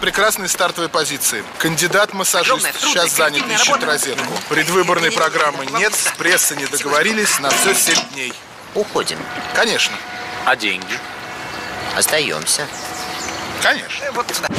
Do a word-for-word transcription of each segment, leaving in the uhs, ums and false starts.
прекрасной стартовой позиции. Кандидат-массажист сейчас занят, ищет розетку. Предвыборной программы нет, с прессой не договорились, на все семь дней. Уходим. Конечно. А деньги? Остаемся. Конечно. Вот сюда.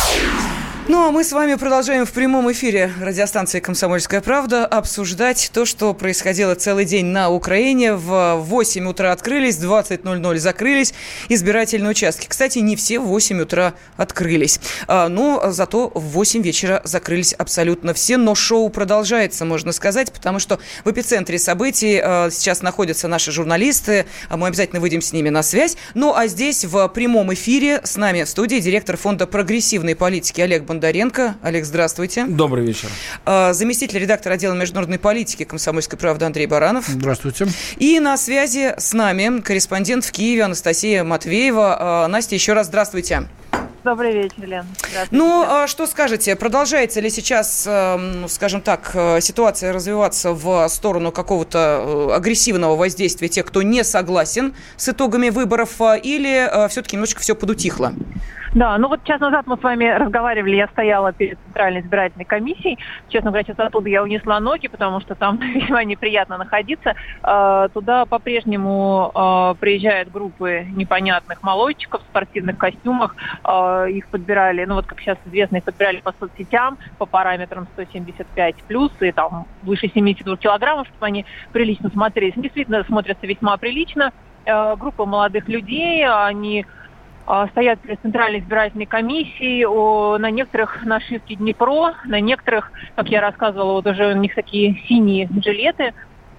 Ну, а мы с вами продолжаем в прямом эфире радиостанции «Комсомольская правда» обсуждать то, что происходило целый день на Украине. В восемь утра открылись, в двадцать ноль ноль закрылись избирательные участки. Кстати, не все в восемь утра открылись, но зато в восемь вечера закрылись абсолютно все. Но шоу продолжается, можно сказать, потому что в эпицентре событий сейчас находятся наши журналисты. Мы обязательно выйдем с ними на связь. Ну, а здесь в прямом эфире с нами в студии директор фонда прогрессивной политики Олег Бондаренко. Олег, здравствуйте. Добрый вечер. Заместитель редактора отдела международной политики «Комсомольской правды» Андрей Баранов. Здравствуйте. И на связи с нами корреспондент в Киеве Анастасия Матвеева. Настя, еще раз здравствуйте. Добрый вечер, Лен. Ну, что скажете, продолжается ли сейчас, скажем так, ситуация развиваться в сторону какого-то агрессивного воздействия тех, кто не согласен с итогами выборов, или все-таки немножечко все подутихло? Да, ну вот час назад мы с вами разговаривали, я стояла перед Центральной избирательной комиссией. Честно говоря, сейчас оттуда я унесла ноги, потому что там весьма неприятно находиться. Э, туда по-прежнему э, приезжают группы непонятных молодчиков в спортивных костюмах. Э, их подбирали, ну вот как сейчас известно, их подбирали по соцсетям, по параметрам сто семьдесят пять плюс и там выше семьдесят два килограммов, чтобы они прилично смотрелись. Действительно смотрятся весьма прилично. Э, группа молодых людей, они... стоят перед Центральной избирательной комиссией, о, на некоторых нашивки Днепро, на некоторых, как я рассказывала, вот уже у них такие синие жилеты,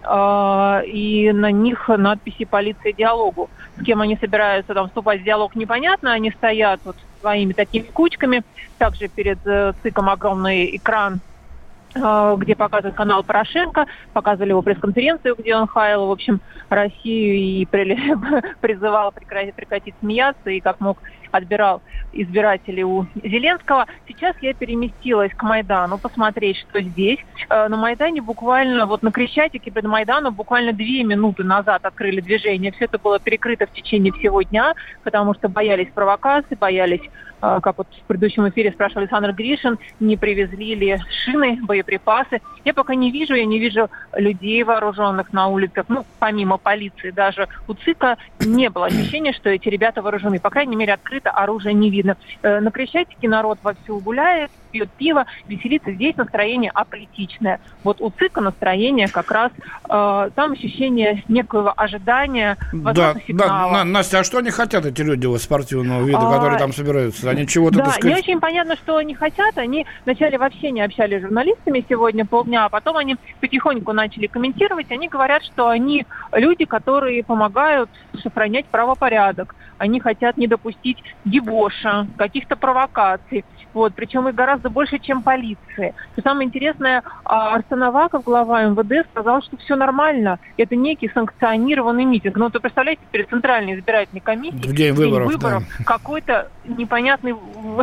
э, и на них надписи «Полиция диалогу». С кем они собираются там вступать в диалог, непонятно, они стоят вот своими такими кучками, также перед э, ЦИКом огромный экран, где показывает канал Порошенко, показывали его пресс-конференцию, где он хаял, в общем, Россию и призывал прекратить, прекратить смеяться и как мог отбирал избирателей у Зеленского. Сейчас я переместилась к Майдану посмотреть, что здесь. На Майдане буквально, вот на Крещатике перед Майданом буквально две минуты назад открыли движение. Все это было перекрыто в течение всего дня, потому что боялись провокаций, боялись, как вот в предыдущем эфире спрашивал Александр Гришин, не привезли ли шины, боеприпасы. Я пока не вижу, я не вижу людей вооруженных на улицах. Ну, помимо полиции, даже у ЦИКа не было ощущения, что эти ребята вооружены. По крайней мере, открыто оружие не видно. На Крещатике народ вовсю гуляет, пьет пиво, веселится. Здесь настроение аполитичное. Вот у ЦИКа настроение как раз, э, там ощущение некоего ожидания, возможно, да, сигнала. Да, Настя, а что они хотят, эти люди вот спортивного вида, а, которые там собираются? Они чего-то, да, так сказать... не очень понятно, что они хотят. Они вначале вообще не общались с журналистами сегодня полдня, а потом они потихоньку начали комментировать. Они говорят, что они люди, которые помогают сохранять правопорядок. Они хотят не допустить дебоша, каких-то провокаций. Вот, причем их гораздо больше, чем полиции. И самое интересное, Арсен Аваков, глава эм вэ дэ, сказал, что все нормально. Это некий санкционированный митинг. Ну, вы представляете, перед Центральной избирательной комиссией в день выборов, день выборов да. какой-то непонятный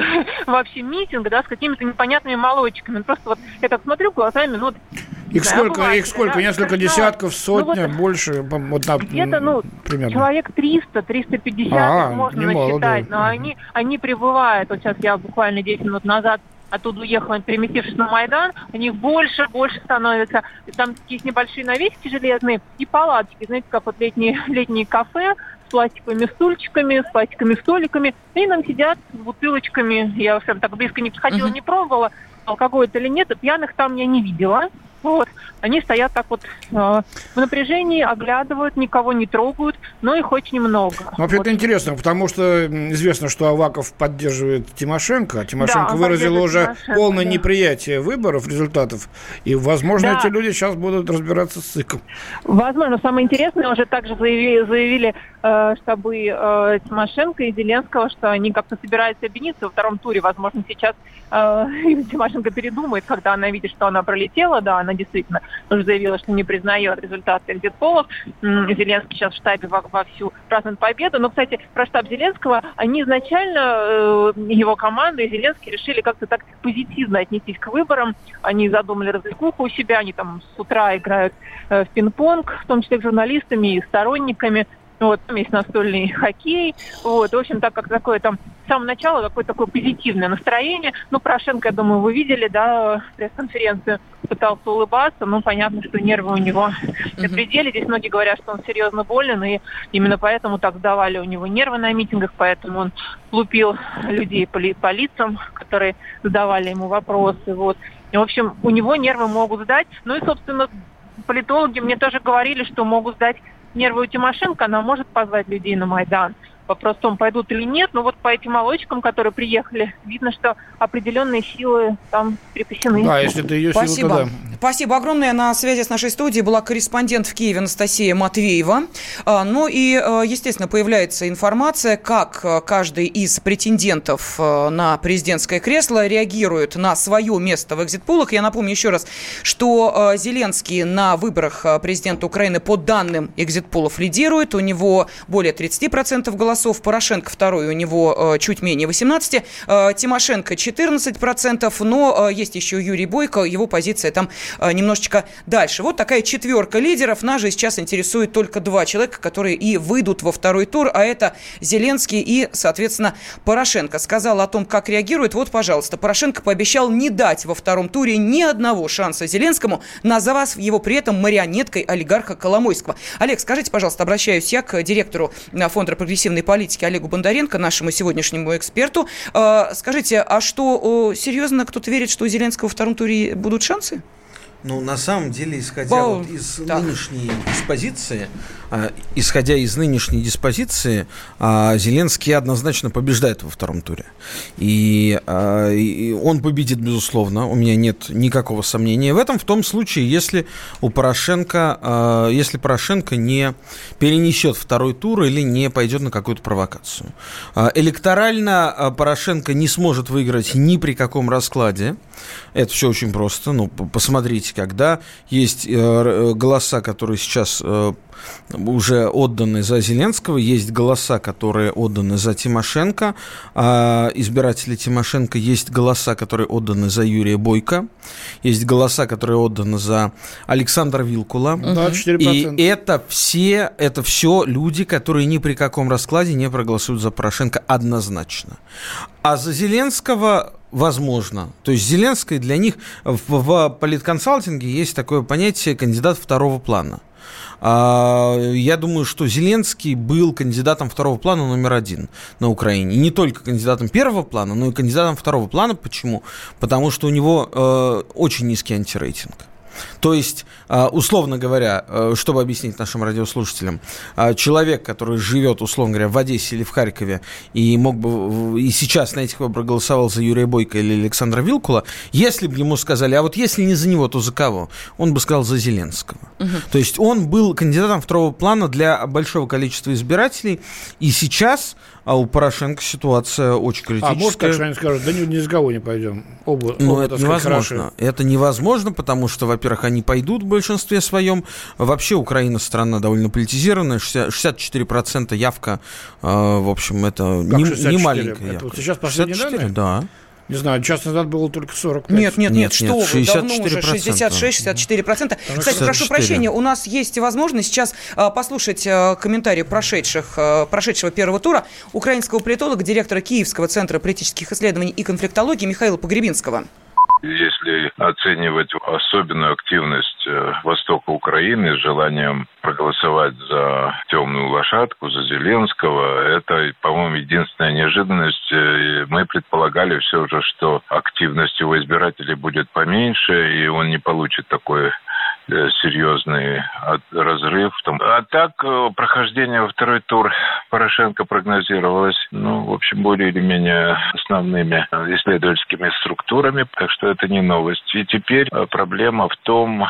вообще митинг, да, с какими-то непонятными молодчиками. Просто вот я так смотрю глазами, ну... Их да, сколько, бывает, их сколько? Да, Несколько красава. десятков, сотня, ну, вот, больше? Вот, на, где-то, ну, примерно. человек триста, триста пятьдесят а, можно немало, насчитать, да. но они, они прибывают. Вот сейчас я буквально десять минут назад оттуда уехала, переместившись на Майдан, у них больше, больше становится. Там такие небольшие навесики железные и палатки, знаете, как вот летние, летние кафе с пластиковыми стульчиками, с пластиковыми столиками. И там сидят с бутылочками. Я прям так близко не подходила, uh-huh. не пробовала, алкоголь-то или нет, пьяных там я не видела. Вот. Они стоят так вот э, в напряжении, оглядывают, никого не трогают, но их очень много. Ну, вообще вот. Это интересно, потому что известно, что Аваков поддерживает Тимошенко. Тимошенко да, выразила уже Тимошенко, полное да. неприятие выборов, результатов. И, возможно, да. эти люди сейчас будут разбираться с ЦИКом. Возможно. Самое интересное, уже также заявили, заявили э, штабы э, Тимошенко и Зеленского, что они как-то собираются объединиться во втором туре. Возможно, сейчас э, Тимошенко передумает, когда она видит, что она пролетела, да, она действительно уже заявила, что не признает результаты экзит-полов. Зеленский сейчас в штабе вовсю празднует победу. Но, кстати, про штаб Зеленского, они изначально, его команда и Зеленский решили как-то так позитивно отнестись к выборам. Они задумали развлекуху у себя, они там с утра играют в пинг-понг, в том числе с журналистами и сторонниками. Вот, там есть настольный хоккей. Вот, в общем, так как такое там с самого начала какое-то такое позитивное настроение. Ну, Порошенко, я думаю, вы видели, да, пресс-конференцию, пытался улыбаться, но понятно, что нервы у него на пределе. Здесь многие говорят, что он серьезно болен, и именно поэтому так сдавали у него нервы на митингах, поэтому он лупил людей по, ли, по лицам, которые задавали ему вопросы. Вот. И, в общем, у него нервы могут сдать. Ну и, собственно, политологи мне тоже говорили, что могут сдать нервы у Тимошенко, она может позвать людей на Майдан. Вопрос в том, пойдут или нет. Но вот по этим молодчикам, которые приехали, видно, что определенные силы там припасены. Да, если это ее Спасибо. сила, то да. Спасибо огромное. На связи с нашей студией была корреспондент в Киеве Анастасия Матвеева. Ну и, естественно, появляется информация, как каждый из претендентов на президентское кресло реагирует на свое место в экзит-пулах. Я напомню еще раз, что Зеленский на выборах президента Украины по данным экзит-пулов лидирует. У него более тридцать процентов голосов. Порошенко второй, у него чуть менее восемнадцать процентов. Тимошенко четырнадцать процентов. Но есть еще Юрий Бойко. Его позиция там немножечко дальше. Вот такая четверка лидеров. Нас же сейчас интересует только два человека, которые и выйдут во второй тур, а это Зеленский и, соответственно, Порошенко. Сказал о том, как реагирует. Вот, пожалуйста, Порошенко пообещал не дать во втором туре ни одного шанса Зеленскому, назвав его при этом марионеткой олигарха Коломойского. Олег, скажите, пожалуйста, обращаюсь я к директору Фонда прогрессивной политики Олегу Бондаренко, нашему сегодняшнему эксперту. Скажите, а что, серьезно кто-то верит, что у Зеленского во втором туре будут шансы? Ну, на самом деле, исходя О, вот из так. нынешней диспозиции, э, исходя из нынешней диспозиции, э, Зеленский однозначно побеждает во втором туре. И, э, и он победит, безусловно, у меня нет никакого сомнения в этом, в том случае, если у Порошенко, э, если Порошенко не перенесет второй тур или не пойдет на какую-то провокацию. Э, электорально э, Порошенко не сможет выиграть ни при каком раскладе. Это все очень просто. Ну, посмотрите, когда есть э, голоса, которые сейчас э, уже отданы за Зеленского, есть голоса, которые отданы за Тимошенко, э, избиратели Тимошенко, есть голоса, которые отданы за Юрия Бойко, есть голоса, которые отданы за Александра Вилкула. Да, четыре процента. И это все, это все люди, которые ни при каком раскладе не проголосуют за Порошенко однозначно. А за Зеленского возможно. То есть Зеленский для них в, в политконсалтинге есть такое понятие кандидат второго плана. Я думаю, что Зеленский был кандидатом второго плана номер один на Украине. И не только кандидатом первого плана, но и кандидатом второго плана. Почему? Потому что у него э, очень низкий антирейтинг. То есть, условно говоря, чтобы объяснить нашим радиослушателям, человек, который живет, условно говоря, в Одессе или в Харькове и мог бы и сейчас на этих выборах голосовал за Юрия Бойко или Александра Вилкула, если бы ему сказали, а вот если не за него, то за кого? Он бы сказал за Зеленского. Угу. То есть он был кандидатом второго плана для большого количества избирателей, и сейчас а у Порошенко ситуация очень критическая. А может, так что они скажут, да ни, ни с кого не пойдем. Оба, ну, оба, это сказать, невозможно. хороши. Это невозможно, потому что, во-первых, они пойдут в большинстве своем. Вообще Украина страна довольно политизированная. шестьдесят четыре процента явка, э, в общем, это не, не маленькая явка. Это вот сейчас последние данные? Да. Не знаю, час назад было только сорок пять. Нет, нет, нет, нет что нет, вы, давно уже шестьдесят шесть - шестьдесят четыре процента. Кстати, шестьдесят четыре. прошу прощения, у нас есть возможность сейчас а, послушать а, комментарии прошедших, а, прошедшего первого тура украинского политолога, директора Киевского центра политических исследований и конфликтологии Михаила Погребинского. Если оценивать особенную активность востока Украины с желанием проголосовать за темную лошадку, за Зеленского, это, по-моему, единственная неожиданность. Мы предполагали все же, что активность его избирателей будет поменьше, и он не получит такой серьезный разрыв. А так, прохождение во второй тур Порошенко прогнозировалось, ну, в общем, более или менее основными исследовательскими структурами, так что это не новость. И теперь проблема в том,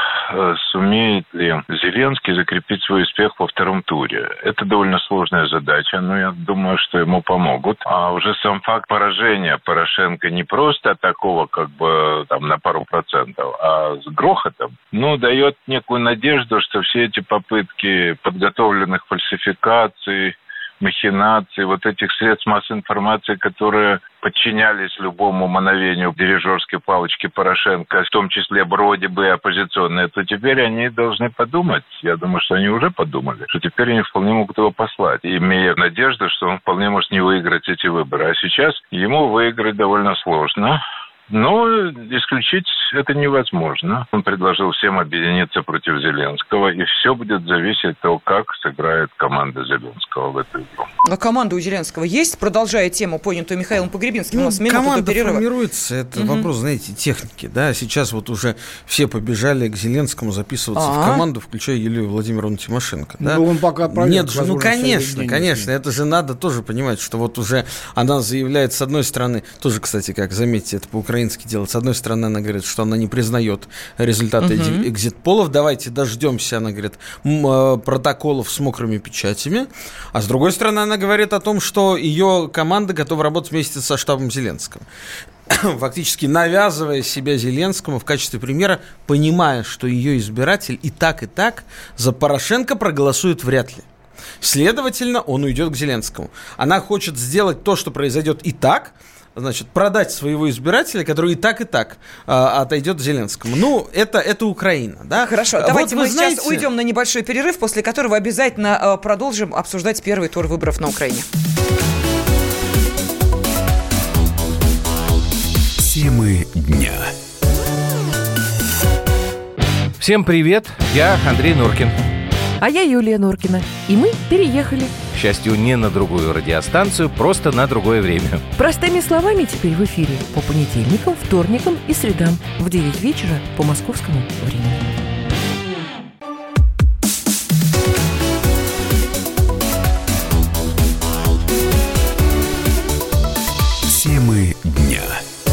сумеет ли Зеленский закрепить свой успех во втором туре. Это довольно сложная задача, но я думаю, что ему помогут. А уже сам факт поражения Порошенко не просто такого, как бы, там, на пару процентов, а с грохотом, ну, дает некую надежду, что все эти попытки подготовленных фальсификаций, махинаций, вот этих средств массовой информации, которые подчинялись любому мановению дирижерской палочки Порошенко, в том числе вроде бы оппозиционные, то теперь они должны подумать, я думаю, что они уже подумали, что теперь они вполне могут его послать, имея надежду, что он вполне может не выиграть эти выборы. А сейчас ему выиграть довольно сложно. Но исключить это невозможно. Он предложил всем объединиться против Зеленского, и все будет зависеть от того, как сыграет команда Зеленского в эту игру. А команда у Зеленского есть? Продолжая тему, понятую Михаилом Погребинским, ну, у нас минута команда до перерыва. Формируется, это угу. вопрос, знаете, техники. Да? Сейчас вот уже все побежали к Зеленскому записываться А-а-а. в команду, включая Юлию Владимировну Тимошенко. Да? Ну, он пока Нет же, ну, конечно, конечно. Это же надо тоже понимать, что вот уже она заявляет, с одной стороны, тоже, кстати, как заметьте, это по-украински делать. С одной стороны, она говорит, что она не признает результаты uh-huh. экзит-полов. Давайте дождемся, она говорит, м- протоколов с мокрыми печатями. А с другой стороны, она говорит о том, что ее команда готова работать вместе со штабом Зеленского. Фактически навязывая себя Зеленскому в качестве примера, понимая, что ее избиратель и так, и так за Порошенко проголосует вряд ли. Следовательно, он уйдет к Зеленскому. Она хочет сделать то, что произойдет и так, значит, продать своего избирателя, который и так, и так э, отойдет Зеленскому. Ну, это, это Украина, да? Хорошо, вот давайте мы знаете... сейчас уйдем на небольшой перерыв, после которого обязательно э, продолжим обсуждать первый тур выборов на Украине. Темы дня. Всем привет, я Андрей Норкин. А я Юлия Норкина. И мы переехали. К счастью, не на другую радиостанцию, просто на другое время. Простыми словами теперь в эфире по понедельникам, вторникам и средам в девять вечера по московскому времени. Темы дня.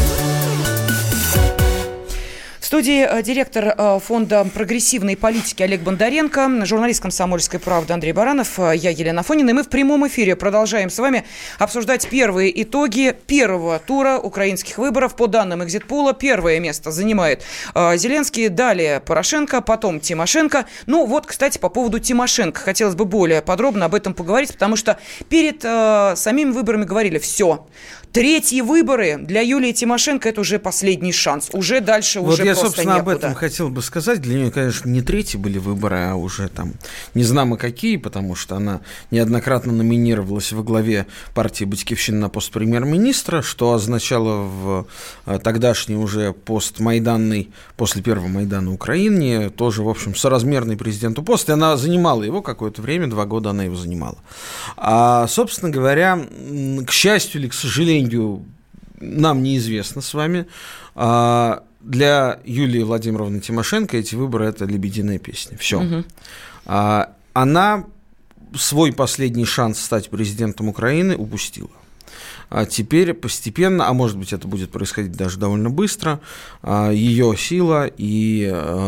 В студии директор фонда прогрессивной политики Олег Бондаренко, журналист «Комсомольской правды» Андрей Баранов, я Елена Афонина. И мы в прямом эфире продолжаем с вами обсуждать первые итоги первого тура украинских выборов. По данным экзит-пола, первое место занимает Зеленский, далее Порошенко, потом Тимошенко. Ну вот, кстати, по поводу Тимошенко хотелось бы более подробно об этом поговорить, потому что перед э, самими выборами говорили: все, третьи выборы для Юлии Тимошенко – это уже последний шанс. Уже дальше вот уже я, просто собственно, некуда. об этом хотел бы сказать. Для нее, конечно, не третьи были выборы, а уже там не знамо какие, потому что она неоднократно номинировалась во главе партии «Батькивщина» на пост премьер-министра, что означало в тогдашний уже постмайданный, после первого Майдана Украине, тоже, в общем, соразмерный президенту пост. И она занимала его какое-то время, два года она его занимала. А, собственно говоря, к счастью или к сожалению, нам неизвестно с вами, а, для Юлии Владимировны Тимошенко эти выборы – это лебединая песня. Все. Угу. А, она свой последний шанс стать президентом Украины упустила. А теперь постепенно, а может быть, это будет происходить даже довольно быстро, ее сила и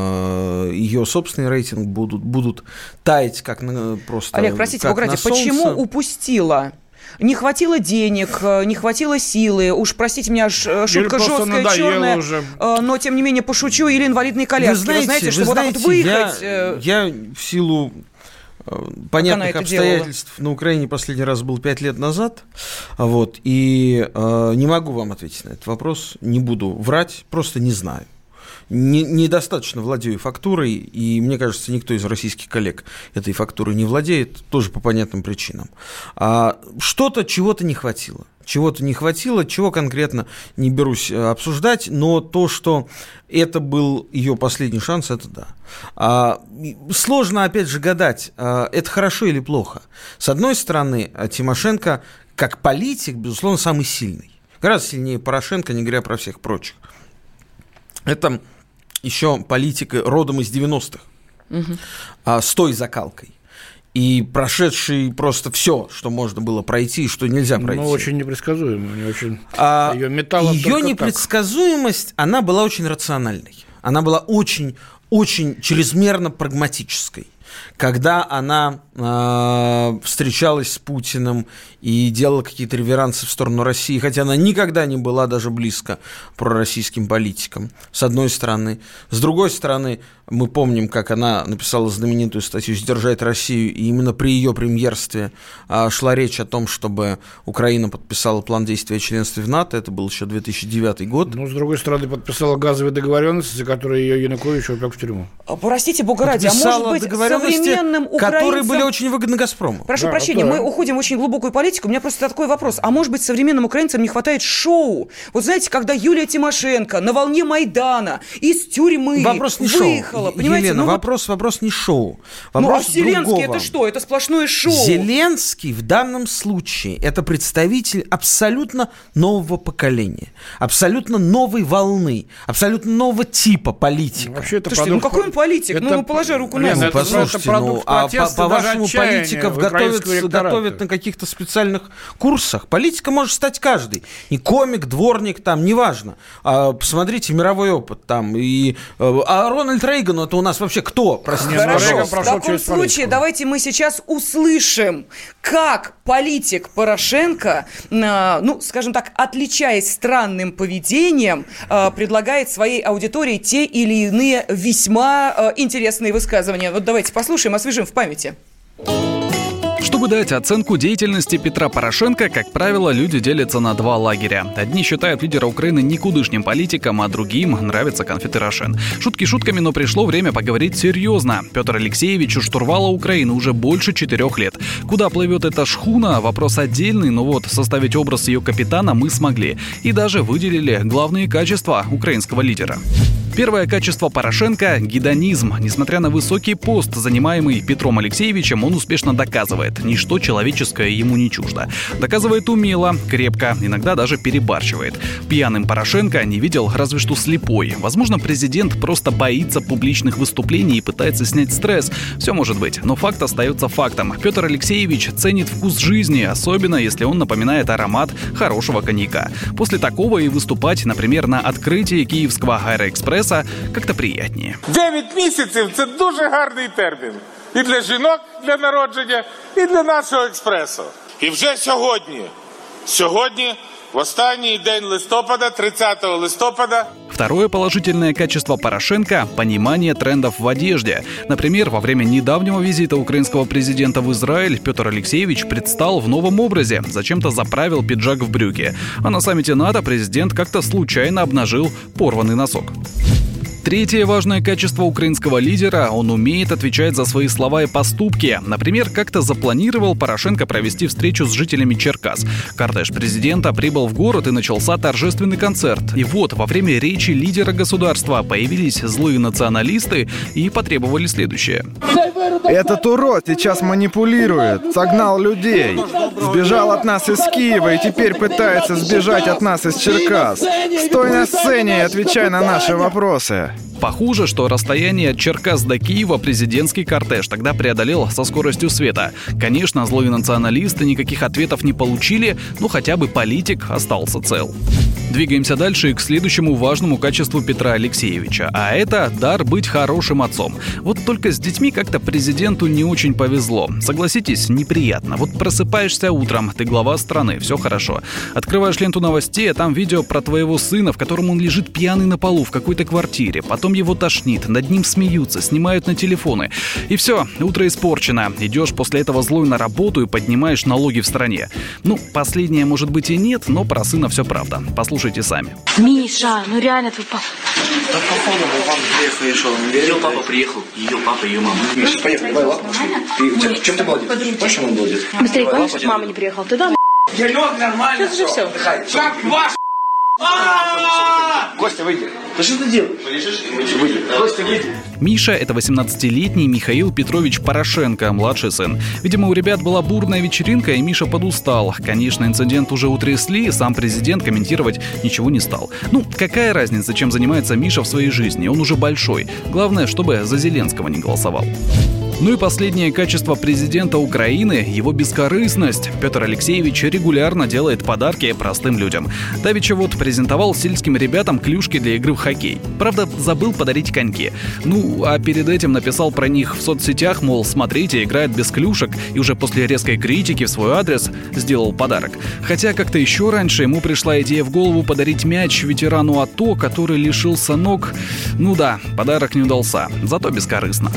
ее собственный рейтинг будут, будут таять как на, просто Олег, простите, как погодите, почему упустила? Не хватило денег, не хватило силы. Уж, простите меня, шутка жесткая, черная, уже. Но, тем не менее, пошучу. Или инвалидные коляски. Вы знаете, вы знаете что вы вот знаете, так вот выехать... Я, я в силу понятных обстоятельств делала. На Украине последний раз был пять лет назад. Вот, и э, не могу вам ответить на этот вопрос. Не буду врать, просто не знаю. Не, недостаточно владею фактурой, и, мне кажется, никто из российских коллег этой фактурой не владеет, тоже по понятным причинам. А что-то, чего-то не хватило. Чего-то не хватило, чего конкретно не берусь обсуждать, но то, что это был ее последний шанс, это да. А, сложно, опять же, гадать, а, это хорошо или плохо. С одной стороны, Тимошенко, как политик, безусловно, самый сильный. Гораздо сильнее Порошенко, не говоря про всех прочих. Это еще политика родом из девяностых, угу. а, с той закалкой. И прошедший просто все, что можно было пройти и что нельзя пройти. Ну, очень непредсказуемо. Не очень... а, ее металлом ее непредсказуемость, так. Она была очень рациональной. Она была очень очень чрезмерно прагматической. Когда она э, встречалась с Путиным и делала какие-то реверансы в сторону России, хотя она никогда не была даже близко пророссийским политикам, с одной стороны. С другой стороны, мы помним, как она написала знаменитую статью «Сдержать Россию», и именно при ее премьерстве э, шла речь о том, чтобы Украина подписала план действия о членстве в НАТО. Это был еще две тысячи девятый год. Ну, с другой стороны, подписала газовые договоренности, за которые ее Янукович упек в тюрьму. Простите, бога ради, а может быть, современным украинцам... которые были очень выгодны «Газпрому». Прошу да, прощения, да. мы уходим в очень глубокую политику. У меня просто такой вопрос. А может быть, современным украинцам не хватает шоу? Вот знаете, когда Юлия Тимошенко на волне Майдана из тюрьмы вопрос не выехала, шоу. понимаете? Елена, ну, вопрос, вот... вопрос не шоу. Вопрос ну, а Зеленский другого. это что? Это сплошное шоу. Зеленский в данном случае это представитель абсолютно нового поколения, абсолютно новой волны, абсолютно нового типа политика. Вообще это Слушайте, продукт... ну какой он политик? Это... Ну, положи руку на Нет, Ну, это послушайте, ну, а по, по-вашему политиков готовят, готовят на каких-то специальных курсах? Политика может стать каждый. Не комик, дворник, там, неважно. А, посмотрите, мировой опыт там. И, а Рональд Рейган, это у нас вообще кто? Простите, Хорошо, в таком случае давайте мы сейчас услышим, как политик Порошенко, ну, скажем так, отличаясь странным поведением, предлагает своей аудитории те или иные весьма интересные высказывания. Вот давайте послушаем, освежим в памяти. Чтобы дать оценку деятельности Петра Порошенко, как правило, люди делятся на два лагеря. Одни считают лидера Украины никудышним политиком, а другим нравятся конфеты Рошен. Шутки шутками, но пришло время поговорить серьезно. Петр Алексеевич у штурвала Украины уже больше четырех лет. Куда плывет эта шхуна? Вопрос отдельный, но вот составить образ ее капитана мы смогли. И даже выделили главные качества украинского лидера. Первое качество Порошенко – гедонизм. Несмотря на высокий пост, занимаемый Петром Алексеевичем, он успешно доказывает – ничто человеческое ему не чуждо. Доказывает умело, крепко, иногда даже перебарщивает. Пьяным Порошенко не видел разве что слепой. Возможно, президент просто боится публичных выступлений и пытается снять стресс. Все может быть, но факт остается фактом. Петр Алексеевич ценит вкус жизни, особенно если он напоминает аромат хорошего коньяка. После такого и выступать, например, на открытии Київського аероекспресса как-то приятнее. Дев'ять місяців – це дуже гарний термін. І для жінок для народження, і для нашого експресу. І вже сьогодні, сьогодні, в останній день листопада, тридцатого листопада. Второе положительное качество Порошенко – понимание трендов в одежде. Например, во время недавнего визита украинского президента в Израиль Петр Алексеевич предстал в новом образе, зачем-то заправил пиджак в брюки. А на саммите НАТО президент как-то случайно обнажил порванный носок. Третье важное качество украинского лидера – он умеет отвечать за свои слова и поступки. Например, как-то запланировал Порошенко провести встречу с жителями Черкас. Кортеж президента прибыл в город и начался торжественный концерт. И вот, во время речи лидера государства появились злые националисты и потребовали следующее. Этот урод сейчас манипулирует, согнал людей, сбежал от нас из Киева и теперь пытается сбежать от нас из Черкас. Стой на сцене и отвечай на наши вопросы. Похоже, что расстояние от Черкас до Киева президентский кортеж тогда преодолел со скоростью света. Конечно, злые националисты никаких ответов не получили, но хотя бы политик остался цел. Двигаемся дальше к следующему важному качеству Петра Алексеевича, а это дар быть хорошим отцом. Вот только с детьми как-то президенту не очень повезло. Согласитесь, неприятно. Вот просыпаешься утром, ты глава страны, все хорошо. Открываешь ленту новостей, а там видео про твоего сына, в котором он лежит пьяный на полу в какой-то квартире. Потом его тошнит, над ним смеются, снимают на телефоны. И все, утро испорчено. Идешь после этого злой на работу и поднимаешь налоги в стране. Ну, последнее может быть и нет, но про сына все правда. Послушайте. Слушайте сами. Миша, ну реально твой папа. Да походу, папа приехал, и что? Ее папа приехал, ее папа, ее мама. Миша, поехали, давай, ладно? Ты, чем ты молодец? Помнишь, чем он молодец? Быстрее, помнишь, мама не приехала? Ты да? Я лег нормально. Это же все. Как ваш... Костя, выйди. Да что ты делаешь? Выйди. Костя, выйди. Миша – это восемнадцатилетний Михаил Петрович Порошенко, младший сын. Видимо, у ребят была бурная вечеринка, и Миша подустал. Конечно, инцидент уже утрясли, сам президент комментировать ничего не стал. Ну, какая разница, чем занимается Миша в своей жизни? Он уже большой. Главное, чтобы за Зеленского не голосовал. Ну и последнее качество президента Украины – его бескорыстность. Петр Алексеевич регулярно делает подарки простым людям. Давеча вот презентовал сельским ребятам клюшки для игры в хоккей. Правда, забыл подарить коньки. Ну, а перед этим написал про них в соцсетях, мол, смотрите, играет без клюшек, и уже после резкой критики в свой адрес сделал подарок. Хотя как-то еще раньше ему пришла идея в голову подарить мяч ветерану АТО, который лишился ног. Ну да, подарок не удался, зато бескорыстно.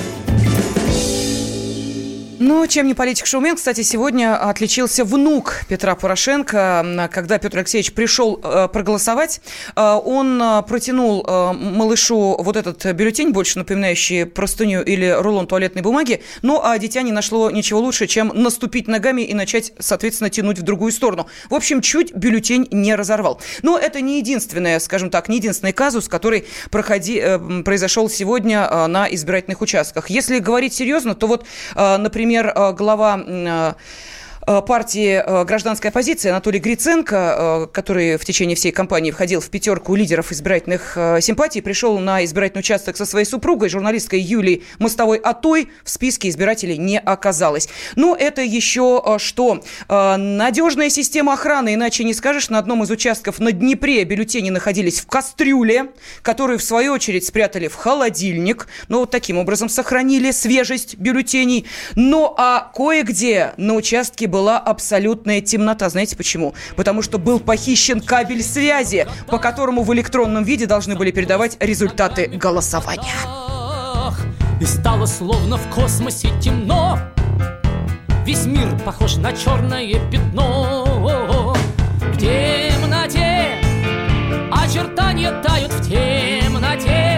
Ну, чем не политик-шоумен, кстати, сегодня отличился внук Петра Порошенко. Когда Петр Алексеевич пришел э, проголосовать, э, он э, протянул э, малышу вот этот бюллетень, больше напоминающий простыню или рулон туалетной бумаги, ну, а дитя не нашло ничего лучше, чем наступить ногами и начать, соответственно, тянуть в другую сторону. В общем, чуть бюллетень не разорвал. Но это не единственное, скажем так, не единственный казус, который проходи, э, произошел сегодня э, на избирательных участках. Если говорить серьезно, то вот, э, например, глава партии «Гражданская оппозиция» Анатолий Гриценко, который в течение всей кампании входил в пятерку лидеров избирательных симпатий, пришел на избирательный участок со своей супругой, журналисткой Юлией Мостовой-Атой, в списке избирателей не оказалось. Но это еще что? Надежная система охраны, иначе не скажешь. На одном из участков на Днепре бюллетени находились в кастрюле, которую, в свою очередь, спрятали в холодильник. Ну, вот таким образом сохранили свежесть бюллетеней. Ну, а кое-где на участке была абсолютная темнота. Знаете почему? Потому что был похищен кабель связи, по которому в электронном виде должны были передавать результаты голосования. И стало словно в космосе темно. Весь мир похож на черное пятно. В темноте очертания тают в темноте.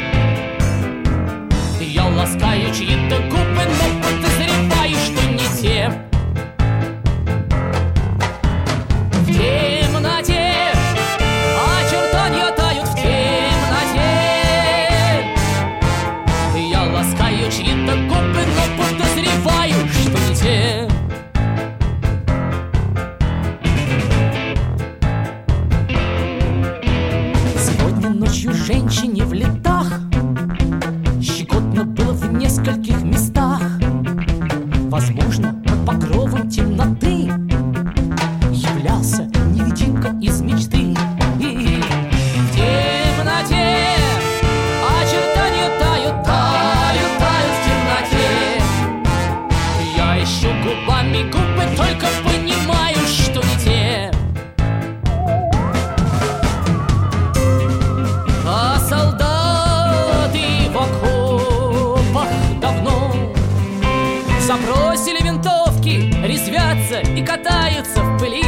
Я ласкаю чьи-то губы, но подозреваю, что не те. В темноте очертания тают в темноте. Я ласкаю чьи-то губы, но подозреваю, что не те. Сегодня ночью женщине в летах щекотно было в нескольких местах. Возможно, под покровом темноты являлся невидимка из мечты. И в темноте очертания тают, тают, тают в темноте. Я ищу губами губы, только понимаю, что не те. А солдаты в окопах давно забросили винтовки, резвятся и катаются в пыли.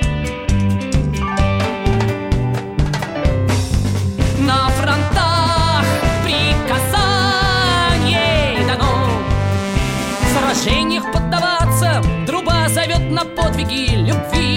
На фронтах приказание дано в сражениях поддаваться. Труба зовет на подвиги любви.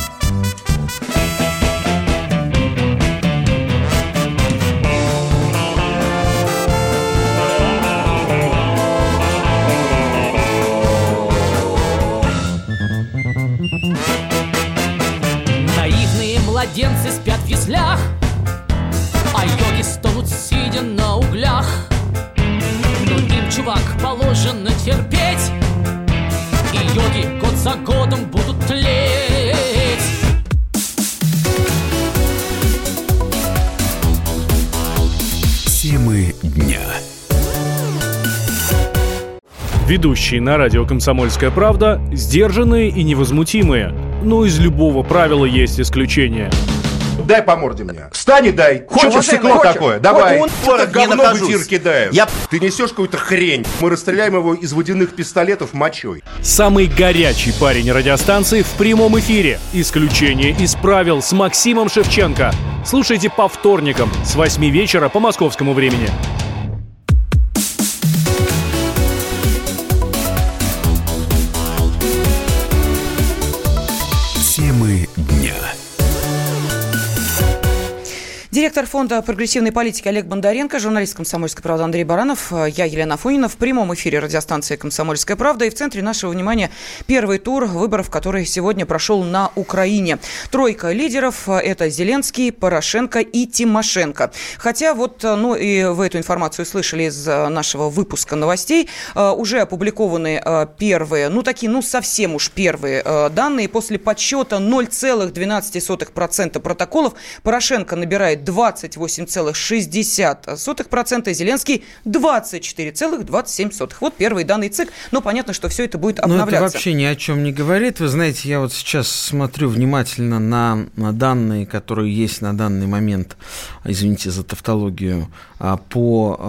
Наивные младенцы спят в яслях, а йоги стонут, сидя на углях. Но им, чувак, положено терпеть, и йоги год за годом будут тлеть. Темы дня. Ведущие на радио «Комсомольская правда» сдержанные и невозмутимые. Но из любого правила есть исключение. Дай по морде мне. Встань и дай. Хочешь стекло такое? Давай. Он так говно в эфир нахожусь. кидаешь. Я... Ты несешь какую-то хрень. Мы расстреляем его из водяных пистолетов мочой. Самый горячий парень радиостанции в прямом эфире. Исключение из правил с Максимом Шевченко. Слушайте по вторникам с восьми вечера по московскому времени. Темы дня. Директор Директор фонда прогрессивной политики Олег Бондаренко, журналист «Комсомольской правды» Андрей Баранов, я Елена Афонина. В прямом эфире радиостанции «Комсомольская правда». И в центре нашего внимания первый тур выборов, который сегодня прошел на Украине. Тройка лидеров – это Зеленский, Порошенко и Тимошенко. Хотя вот, ну и вы эту информацию слышали из нашего выпуска новостей, уже опубликованы первые, ну такие, ну совсем уж первые данные. После подсчета ноль целых двенадцать сотых процента протоколов Порошенко набирает двадцать восемь целых шестьдесят сотых процента, Зеленский двадцать четыре целых двадцать семь сотых. Вот первые данные ЦИК, но понятно, что все это будет обновляться. Но это вообще ни о чем не говорит. Вы знаете, я вот сейчас смотрю внимательно на, на данные, которые есть на данный момент, извините за тавтологию, по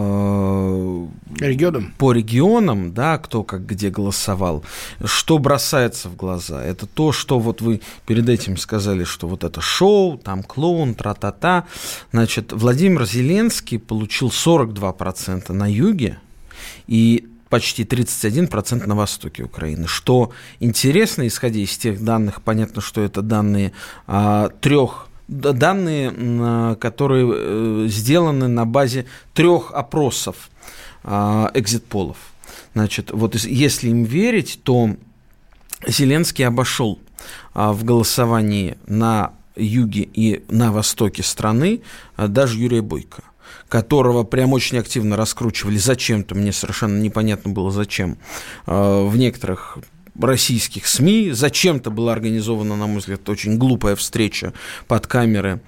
э, регионам, по регионам, да, кто как где голосовал. Что бросается в глаза? Это то, что вот вы перед этим сказали, что вот это шоу, там клоун, тра-та-та. Значит, Владимир Зеленский получил сорок два процента на юге и почти тридцать один процент на востоке Украины. Что интересно, исходя из тех данных, понятно, что это данные а, трех, данные, которые сделаны на базе трех опросов а, экзит-полов. Значит, вот если им верить, то Зеленский обошел а, в голосовании на юге и на востоке страны а, даже Юрия Бойко, которого прям очень активно раскручивали зачем-то, мне совершенно непонятно было зачем, в некоторых российских СМИ. Зачем-то была организована, на мой взгляд, очень глупая встреча под камеры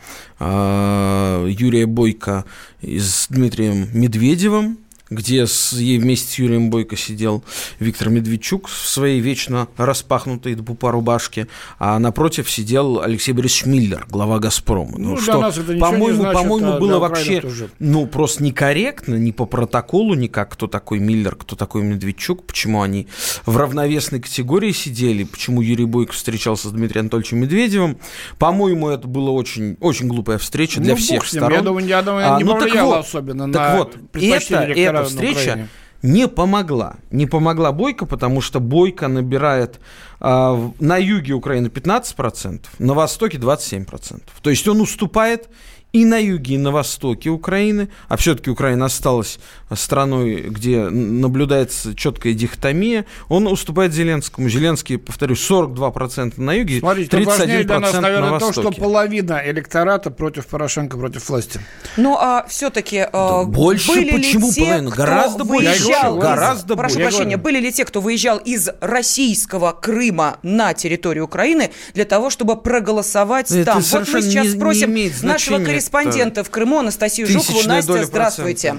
Юрия Бойко с Дмитрием Медведевым, где с, вместе с Юрием Бойко сидел Виктор Медведчук в своей вечно распахнутой до пупа рубашке, а напротив сидел Алексей Борисович Миллер, глава «Газпрома». Ну, ну, что, по-моему, значит, по-моему, было вообще ну, просто некорректно, ни по протоколу, никак, кто такой Миллер, кто такой Медведчук, почему они в равновесной категории сидели, почему Юрий Бойко встречался с Дмитрием Анатольевичем Медведевым. По-моему, это была очень, очень глупая встреча для ну, всех сторон. Я думаю, я думаю, а, не ну, повлияло вот, особенно так на вот, предпочтение это, встреча не помогла. Не помогла Бойко, потому что Бойко набирает э, на юге Украины пятнадцать процентов, на востоке двадцать семь процентов. То есть он уступает и на юге, и на востоке Украины, а все-таки Украина осталась страной, где наблюдается четкая дихотомия, он уступает Зеленскому. Зеленский, повторюсь, сорок два процента на юге, Смотрите, тридцать один процент для нас, наверное, на востоке. То, что половина электората против Порошенко, против власти. Ну, а все-таки да, больше были почему ли те, половина? Гораздо больше. Выезжал из, гораздо прошу больше. прощения, были ли те, кто выезжал из российского Крыма на территорию Украины для того, чтобы проголосовать это там? Вот мы сейчас не, спросим не нашего корреспондента корреспондента в Крыму Анастасию Жукову. Настя, здравствуйте.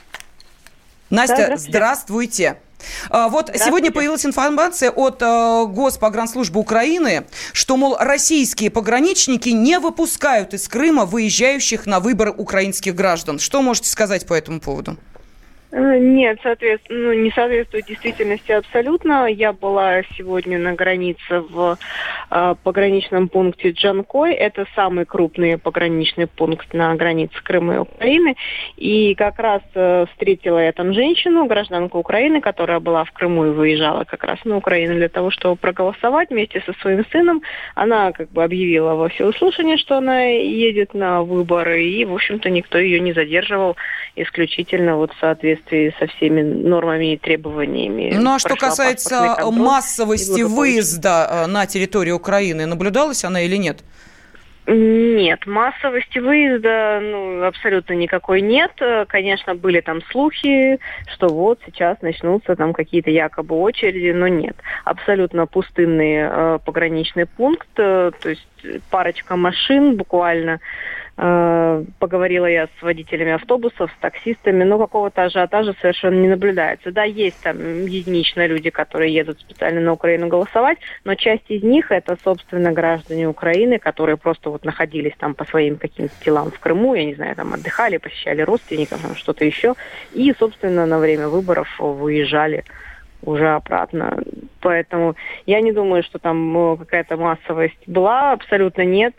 Настя, да, здравствуйте. здравствуйте. Вот сегодня появилась информация от э, Госпогранслужбы Украины, что, мол, российские пограничники не выпускают из Крыма выезжающих на выборы украинских граждан. Что можете сказать по этому поводу? Нет, соответственно, ну, не соответствует действительности абсолютно. Я была сегодня на границе в э, пограничном пункте Джанкой. Это самый крупный пограничный пункт на границе Крыма и Украины. И как раз э, встретила я там женщину, гражданку Украины, которая была в Крыму и выезжала как раз на Украину для того, чтобы проголосовать вместе со своим сыном. Она как бы объявила во всеуслышание, что она едет на выборы, и, в общем-то, никто ее не задерживал исключительно вот в соответствии со всеми нормами и требованиями. Ну а что касается массовости выезда на территорию Украины, наблюдалась она или нет? Нет, массовости выезда ну, абсолютно никакой нет. Конечно, были там слухи, что вот сейчас начнутся там какие-то якобы очереди, но нет. Абсолютно пустынный э, пограничный пункт, э, то есть парочка машин буквально. Э, поговорила я с водителями автобусов, с таксистами, но какого-то ажиотажа совершенно не наблюдается. Да, есть там единичные люди, которые едут специально на Украину голосовать, но часть из них это, собственно, граждане Украины, которые просто вот находились там по своим каким-то делам в Крыму, я не знаю, там отдыхали, посещали родственников, что-то еще, и, собственно, на время выборов выезжали уже обратно. Поэтому я не думаю, что там какая-то массовость была. Абсолютно нет.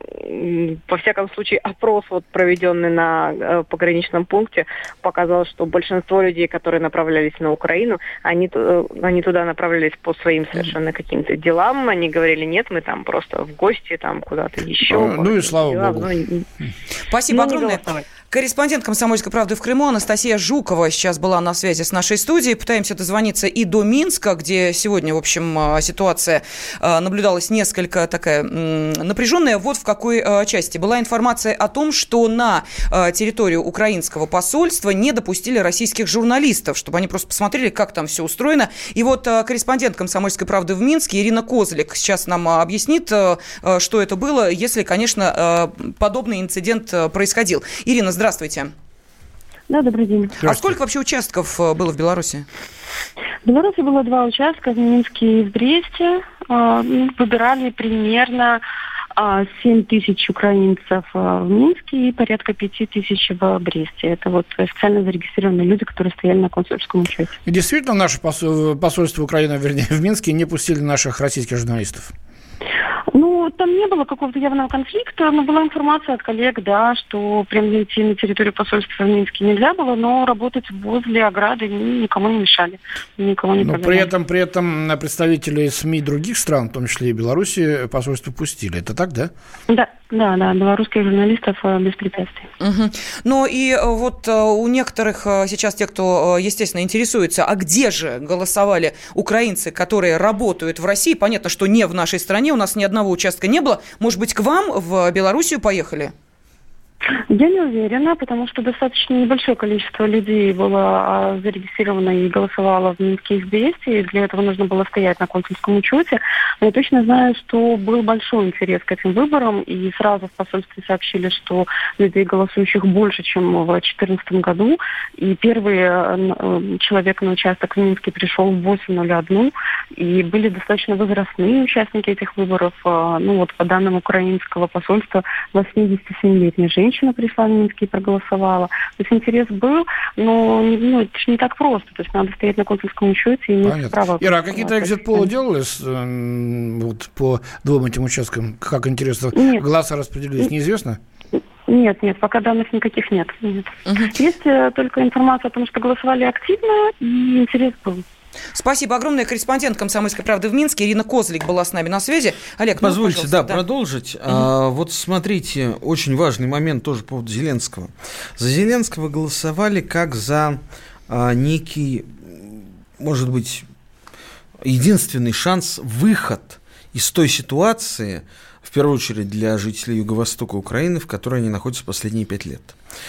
Во всяком случае, опрос, вот, проведенный на пограничном пункте, показал, что большинство людей, которые направлялись на Украину, они, они туда направлялись по своим совершенно каким-то делам. Они говорили, нет, мы там просто в гости, там куда-то еще. Ну, ну и слава дела, богу. Ну, Спасибо ну, огромное. Корреспондент «Комсомольской правды» в Крыму Анастасия Жукова сейчас была на связи с нашей студией. Пытаемся дозвониться и до Минска, где сегодня, в общем, ситуация наблюдалась несколько такая напряженная. Вот в какой части. Была информация о том, что на территорию украинского посольства не допустили российских журналистов, чтобы они просто посмотрели, как там все устроено. И вот корреспондент «Комсомольской правды» в Минске Ирина Козлик сейчас нам объяснит, что это было, если, конечно, подобный инцидент происходил. Ирина, здравствуйте. Да, добрый день. А сколько вообще участков было в Беларуси? В Беларуси было два участка, в Минске и в Бресте. Выбирали примерно семь тысяч украинцев в Минске и порядка пять тысяч в Бресте. Это вот официально зарегистрированные люди, которые стояли на консульском учете. И действительно, наше посольство Украины, вернее, в Минске не пустили наших российских журналистов? Ну, там не было какого-то явного конфликта, но была информация от коллег, да, что прям зайти на территорию посольства в Минске нельзя было, но работать возле ограды никому не мешали, никого не прогоняли. Но при этом, при этом представители СМИ других стран, в том числе и Беларуси, посольство пустили. Это так, да? Да, да, да, белорусских журналистов без препятствий. Угу. Ну и вот у некоторых сейчас, те, кто, естественно, интересуется, а где же голосовали украинцы, которые работают в России? Понятно, что не в нашей стране, у нас ни одного участка не было. Может быть, к вам в Белоруссию поехали? Я не уверена, потому что достаточно небольшое количество людей было зарегистрировано и голосовало в Минске и в Бресте, и для этого нужно было стоять на консульском учете. Но я точно знаю, что был большой интерес к этим выборам, и сразу в посольстве сообщили, что людей, голосующих, больше, чем в две тысячи четырнадцатом году. И первый человек на участок в Минске пришел в восемь ноль один, и были достаточно возрастные участники этих выборов. Ну вот по данным украинского посольства, восьмидесятисемилетняя женщина пришла в Минск и проголосовала. То есть интерес был, но ну, это же не так просто. То есть надо стоять на консульском учете и иметь право. Ира, а какие-то экзит-полы делались вот, по двум этим участкам? Как интересно, нет. Голоса распределились, неизвестно? Нет, нет, пока данных никаких нет. нет. Угу. Есть только информация о том, что голосовали активно, и интерес был. Спасибо огромное. Корреспондент «Комсомольской правды» в Минске Ирина Козлик была с нами на связи. Олег, позвольте, ну, да, да, продолжить. Угу. А, вот смотрите, очень важный момент тоже по поводу Зеленского. За Зеленского голосовали как за а, некий, может быть, единственный шанс, выход из той ситуации, в первую очередь для жителей Юго-Востока Украины, в которой они находятся последние пять лет.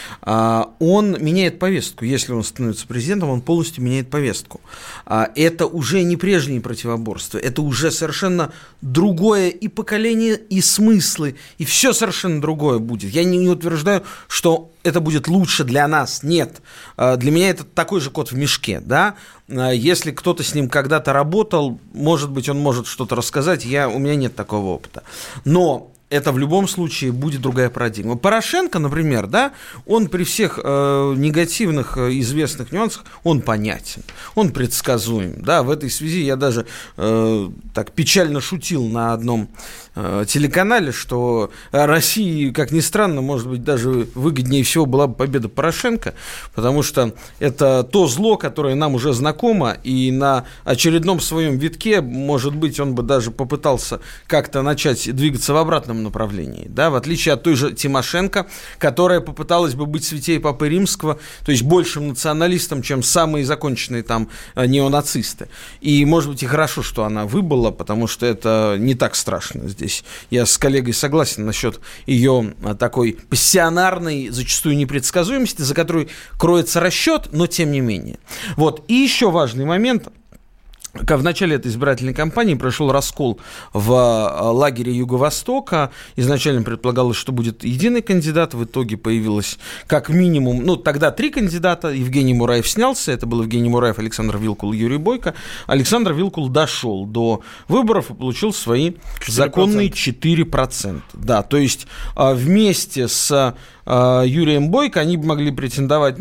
Он меняет повестку. Если он становится президентом, он полностью меняет повестку. Это уже не прежние противоборства, это уже совершенно другое и поколение, и смыслы, и все совершенно другое будет. Я не утверждаю, что это будет лучше для нас. Нет. Для меня это такой же кот в мешке. Да? Если кто-то с ним когда-то работал, может быть, он может что-то рассказать. Я, у меня нет такого опыта. Но это в любом случае будет другая парадигма. Порошенко, например, да, он при всех э, негативных э, известных нюансах, он понятен, он предсказуем. Да, в этой связи я даже э, так печально шутил на одном э, телеканале, что России, как ни странно, может быть, даже выгоднее всего была бы победа Порошенко, потому что это то зло, которое нам уже знакомо, и на очередном своем витке, может быть, он бы даже попытался как-то начать двигаться в обратном направлении, да, в отличие от той же Тимошенко, которая попыталась бы быть святей Папы Римского, то есть большим националистом, чем самые законченные там неонацисты. И, может быть, и хорошо, что она выбыла, потому что это не так страшно здесь. Я с коллегой согласен насчет ее такой пассионарной, зачастую непредсказуемости, за которой кроется расчет, но тем не менее. Вот. И еще важный момент. В начале этой избирательной кампании прошел раскол в лагере Юго-Востока. Изначально предполагалось, что будет единый кандидат. В итоге появилось как минимум, ну, тогда три кандидата. Евгений Мураев снялся. Это был Евгений Мураев, Александр Вилкул, Юрий Бойко. Александр Вилкул дошел до выборов и получил свои четыре процента. Законные четыре процента. Да, то есть вместе с Юрием Бойко они могли претендовать, ну,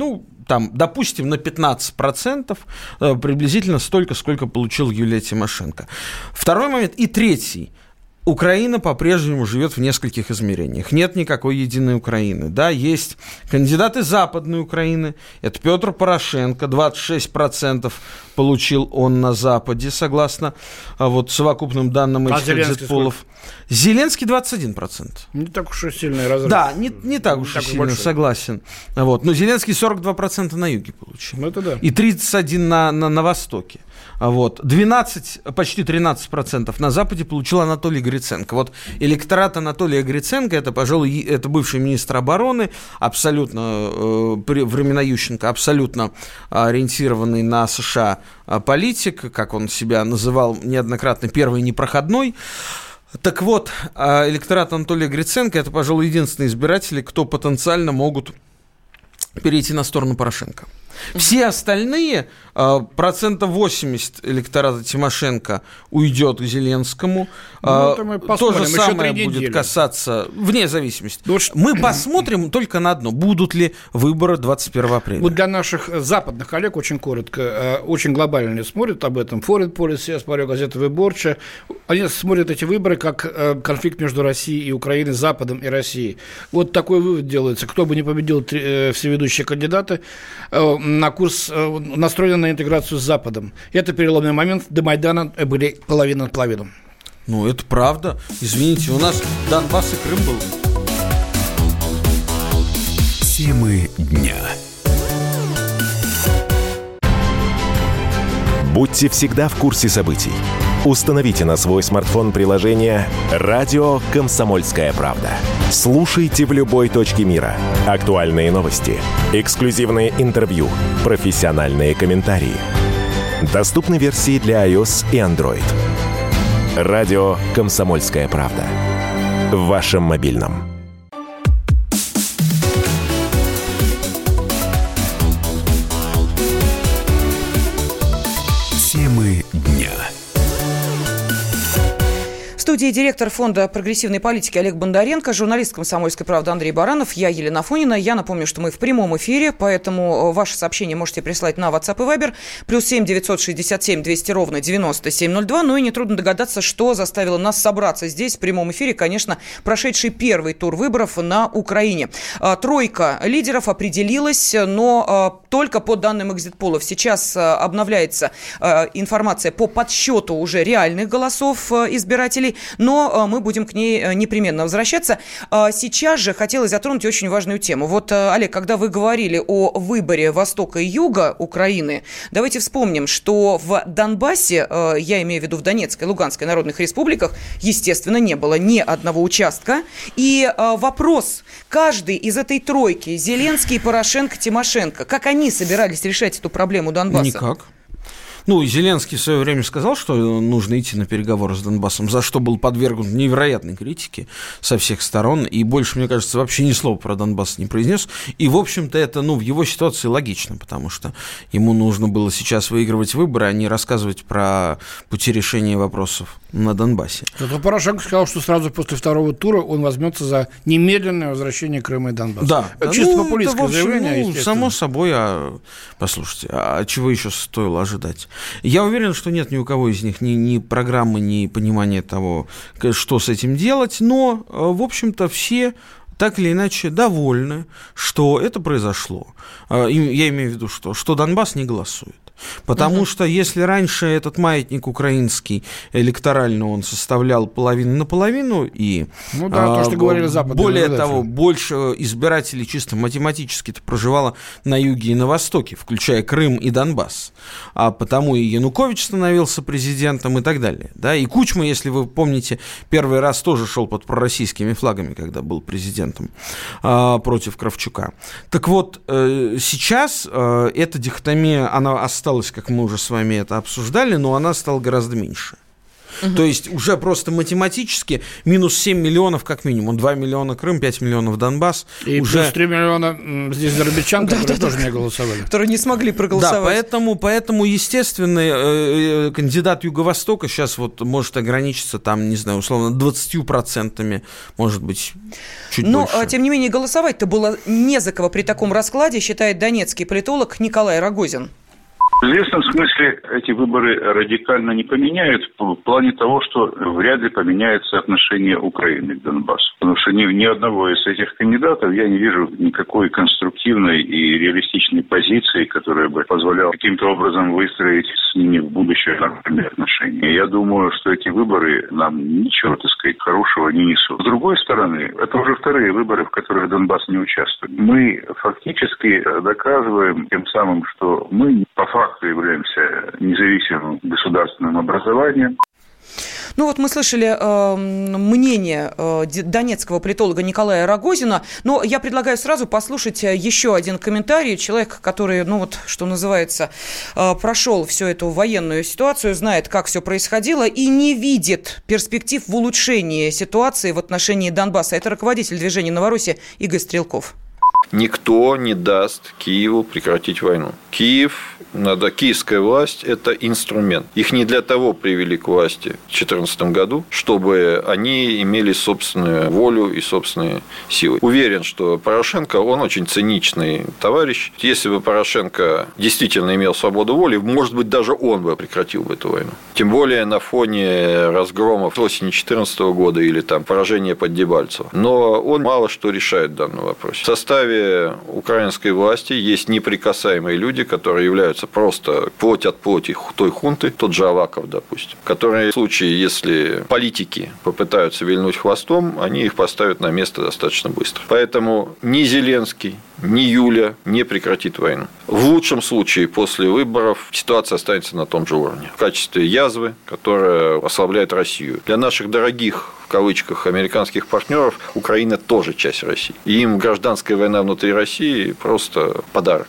там, допустим, на пятнадцать процентов, приблизительно столько, сколько получил Юлия Тимошенко. Второй момент. И третий. Украина по-прежнему живет в нескольких измерениях. Нет никакой единой Украины. Да, есть кандидаты Западной Украины. Это Петр Порошенко. двадцать шесть процентов получил он на Западе, согласно вот, совокупным данным этих а экзит-полов. Зеленский двадцать один процент. Не так уж и сильный разрыв. Да, не, не так уж и сильно, большой. Согласен. Вот. Но Зеленский сорок два процента на юге получил. Ну, это да. И тридцать один процентов на, на, на востоке. Вот. двенадцать, почти тринадцать процентов на Западе получил Анатолий Гриценко. Вот электорат Анатолия Гриценко, это, пожалуй, это бывший министр обороны, абсолютно, э, времена Ющенко, абсолютно ориентированный на США политик, как он себя называл неоднократно, первый непроходной. Так вот, электорат Анатолия Гриценко – это, пожалуй, единственные избиратели, кто потенциально могут перейти на сторону Порошенко. Все остальные, процентов восемьдесят электората Тимошенко уйдет к Зеленскому. Ну, то же самое будет недели. Касаться, вне зависимости. Ну, мы посмотрим только на одно. Будут ли выборы двадцать первого апреля? Вот для наших западных коллег очень коротко, очень глобально смотрят об этом. Foreign Policy, я смотрю, газета «Выборча». Они смотрят эти выборы как конфликт между Россией и Украиной, Западом и Россией. Вот такой вывод делается. Кто бы ни победил, все ведущие кандидаты на курс, настроен на интеграцию с Западом. Это переломный момент. До Майдана были половина на половину. Ну, это правда. Извините, у нас Донбасс и Крым был. Темы дня. Будьте всегда в курсе событий. Установите на свой смартфон приложение «Радио Комсомольская правда». Слушайте в любой точке мира. Актуальные новости, эксклюзивные интервью, профессиональные комментарии. Доступны версии для iOS и Android. «Радио Комсомольская правда». В вашем мобильном. Темы дня. В студии директор фонда прогрессивной политики Олег Бондаренко, журналист «Комсомольской правды» Андрей Баранов, я Елена Афонина. Я напомню, что мы в прямом эфире, поэтому ваши сообщения можете прислать на WhatsApp и Viber. Плюс семь девятьсот шестьдесят семь двести ровно девяносто семь ноль два. Ну и нетрудно догадаться, что заставило нас собраться здесь в прямом эфире. Конечно, прошедший первый тур выборов на Украине. Тройка лидеров определилась, но только по данным экзит-полов. Сейчас обновляется информация по подсчету уже реальных голосов избирателей. Но мы будем к ней непременно возвращаться. Сейчас же хотелось затронуть очень важную тему. Вот, Олег, когда вы говорили о выборе Востока и Юга Украины, давайте вспомним, что в Донбассе, я имею в виду в Донецкой и Луганской народных республиках, естественно, не было ни одного участка. И вопрос, каждый из этой тройки, Зеленский, Порошенко, Тимошенко, как они собирались решать эту проблему Донбасса? Никак. Ну, Зеленский в свое время сказал, что нужно идти на переговоры с Донбассом, за что был подвергнут невероятной критике со всех сторон, и больше, мне кажется, вообще ни слова про Донбасс не произнес. И, в общем-то, это, ну, в его ситуации логично, потому что ему нужно было сейчас выигрывать выборы, а не рассказывать про пути решения вопросов на Донбассе. Зато Порошенко сказал, что сразу после второго тура он возьмется за немедленное возвращение Крыма и Донбасса. Да. Это чисто ну, популистское это, в общем, заявление, ну, само собой, а послушайте, а чего еще стоило ожидать? Я уверен, что нет ни у кого из них ни, ни программы, ни понимания того, что с этим делать, но, в общем-то, все так или иначе довольны, что это произошло. Я имею в виду, что, что Донбасс не голосует. Потому uh-huh. что если раньше этот маятник украинский электорально он составлял половину на половину, и ну, да, а, то, что говорили западные более наблюдатели. того, больше избирателей чисто математически-то проживало на юге и на востоке, включая Крым и Донбасс. А потому и Янукович становился президентом и так далее. Да? И Кучма, если вы помните, первый раз тоже шел под пророссийскими флагами, когда был президентом а, против Кравчука. Так вот, э, сейчас э, эта дихотомия, она осталась, как мы уже с вами это обсуждали, но она стала гораздо меньше. Угу. То есть уже просто математически минус семь миллионов как минимум. два миллиона Крым, пять миллионов Донбасс. И уже... плюс три миллиона здесь зарабичан, которые да, да, тоже да. не голосовали. Которые не смогли проголосовать. Да, поэтому, поэтому естественно, э, кандидат Юго-Востока сейчас вот может ограничиться там, не знаю, условно, двадцатью процентами, может быть, чуть Но, больше. Но, тем не менее, голосовать-то было не за кого при таком раскладе, считает донецкий политолог Николай Рогозин. В известном смысле эти выборы радикально не поменяют в плане того, что вряд ли поменяется отношение Украины к Донбассу. Потому что ни, ни одного из этих кандидатов я не вижу никакой конструктивной и реалистичной позиции, которая бы позволяла каким-то образом выстроить с ними в будущее нормальные отношения. Я думаю, что эти выборы нам ничего, так сказать, хорошего не несут. С другой стороны, это уже вторые выборы, в которых Донбасс не участвует. Мы фактически доказываем тем самым, что мы по факту являемся независимым государственным образованием. Ну вот мы слышали э, мнение э, донецкого политолога Николая Рогозина, но я предлагаю сразу послушать еще один комментарий. Человек, который, ну вот, что называется, э, прошел всю эту военную ситуацию, знает, как все происходило и не видит перспектив в улучшении ситуации в отношении Донбасса. Это руководитель движения «Новороссия» Игорь Стрелков. Никто не даст Киеву прекратить войну. Киев, надо, киевская власть – это инструмент. Их не для того привели к власти в две тысячи четырнадцатом году, чтобы они имели собственную волю и собственные силы. Уверен, что Порошенко, он очень циничный товарищ. Если бы Порошенко действительно имел свободу воли, может быть, даже он бы прекратил бы эту войну. Тем более на фоне разгромов осени две тысячи четырнадцатого года или там поражения под Дебальцево. Но он мало что решает в данном вопросе. В составе украинской власти есть неприкасаемые люди, которые являются просто плоть от плоти той хунты, тот же Аваков, допустим, которые в случае, если политики попытаются вильнуть хвостом, они их поставят на место достаточно быстро. Поэтому ни Зеленский, ни Юля не прекратит войну. В лучшем случае после выборов ситуация останется на том же уровне. В качестве язвы, которая ослабляет Россию. Для наших дорогих, в кавычках, американских партнеров Украина тоже часть России. И им гражданская война внутри России просто подарок.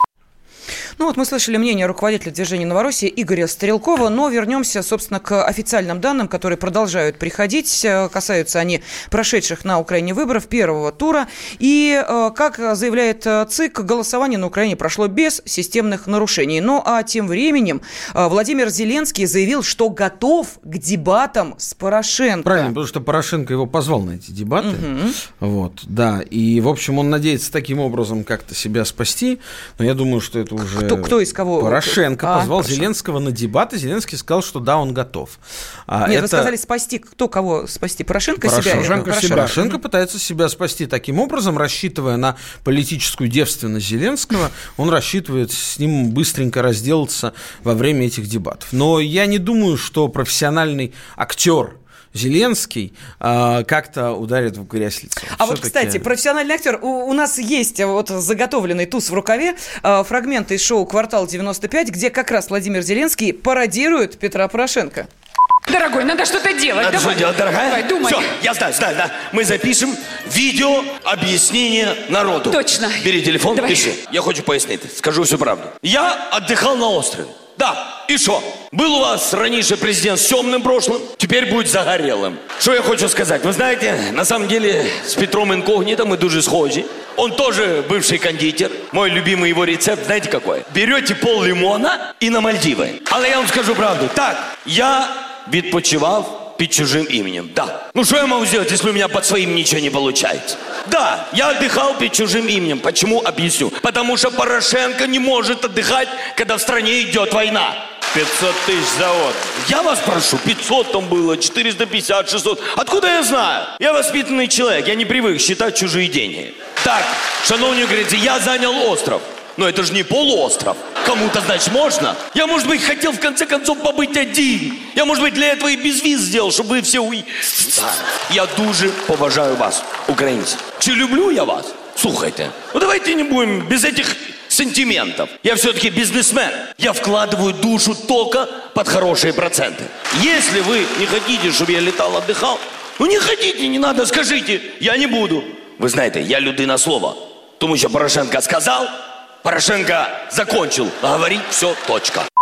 Ну вот мы слышали мнение руководителя движения «Новороссия» Игоря Стрелкова, но вернемся, собственно, к официальным данным, которые продолжают приходить. Касаются они прошедших на Украине выборов первого тура. И, как заявляет ЦИК, голосование на Украине прошло без системных нарушений. Ну а тем временем Владимир Зеленский заявил, что готов к дебатам с Порошенко. Правильно, потому что Порошенко его позвал на эти дебаты. Угу. Вот, да. И, в общем, он надеется таким образом как-то себя спасти. Но я думаю, что это уже... Кто, кто из кого? Порошенко а, позвал Порошенко. Зеленского на дебаты. Зеленский сказал, что да, он готов. А Нет, это... вы сказали спасти. Кто кого спасти? Порошенко, Порошенко себя? Порошенко, Порошенко. Порошенко пытается себя спасти таким образом, рассчитывая на политическую девственность Зеленского. Он рассчитывает с ним быстренько разделаться во время этих дебатов. Но я не думаю, что профессиональный актер Зеленский э, как-то ударит в грязь лицом. А вот, кстати, профессиональный актер, у, у нас есть вот заготовленный туз в рукаве, э, фрагменты из шоу «Квартал девяносто пять», где как раз Владимир Зеленский пародирует Петра Порошенко. Дорогой, надо что-то делать. Надо Давай. что делать, дорогая? Давай, думай. Все, я знаю, знаю, да. Мы запишем видео объяснение народу. Точно. Бери телефон, Давай. пиши. Я хочу пояснить, скажу всю правду. Я отдыхал на острове. Да, и что? Был у вас раньше президент с темным прошлым, теперь будет загорелым. Что я хочу сказать? Вы знаете, на самом деле с Петром Инкогнито мы дуже схожи. Он тоже бывший кондитер. Мой любимый его рецепт, знаете какой? Берете пол лимона и на Мальдивы. Але я вам скажу правду. Так, я відпочивав під чужим именем. Да. Ну что я могу сделать, если у меня под своим ничего не получается? Да, я отдыхал под чужим именем. Почему? Объясню. Потому что Порошенко не может отдыхать, когда в стране идет война. пятьсот тысяч завод. Я вас прошу, пятьсот там было, четыреста пятьдесят, шестьсот. Откуда я знаю? Я воспитанный человек, я не привык считать чужие деньги. Так, шановні українці, я занял остров. Но это же не полуостров. Кому-то, значит, можно. Я, может быть, хотел в конце концов побыть один. Я, может быть, для этого и без виз сделал, чтобы вы все уй... Да. Я дуже поважаю вас, українці. Чи люблю я вас? Слухайте, ну давайте не будем без этих сантиментов. Я все-таки бизнесмен. Я вкладываю душу только под хорошие проценты. Если вы не хотите, чтобы я летал, отдыхал, ну не хотите, не надо, скажите, я не буду. Ви знаєте, я людина слова. Тому що Порошенко сказав, Порошенко закончил говорить, все, точка.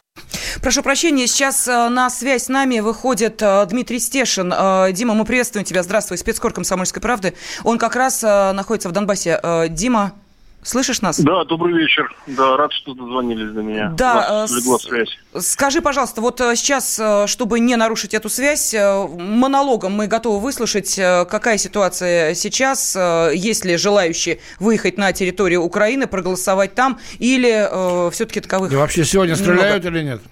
Прошу прощения, сейчас на связь с нами выходит Дмитрий Стешин. Дима, мы приветствуем тебя. Здравствуй, спецкор «Комсомольской правды». Он как раз находится в Донбассе. Дима, слышишь нас? Да, добрый вечер. Да, рад, что дозвонились до меня. Да, легла связь. Скажи, пожалуйста, вот сейчас, чтобы не нарушить эту связь, монологом мы готовы выслушать, какая ситуация сейчас, есть ли желающие выехать на территорию Украины, проголосовать там, или э, все-таки таковых... И вообще сегодня стреляют много? Или нет?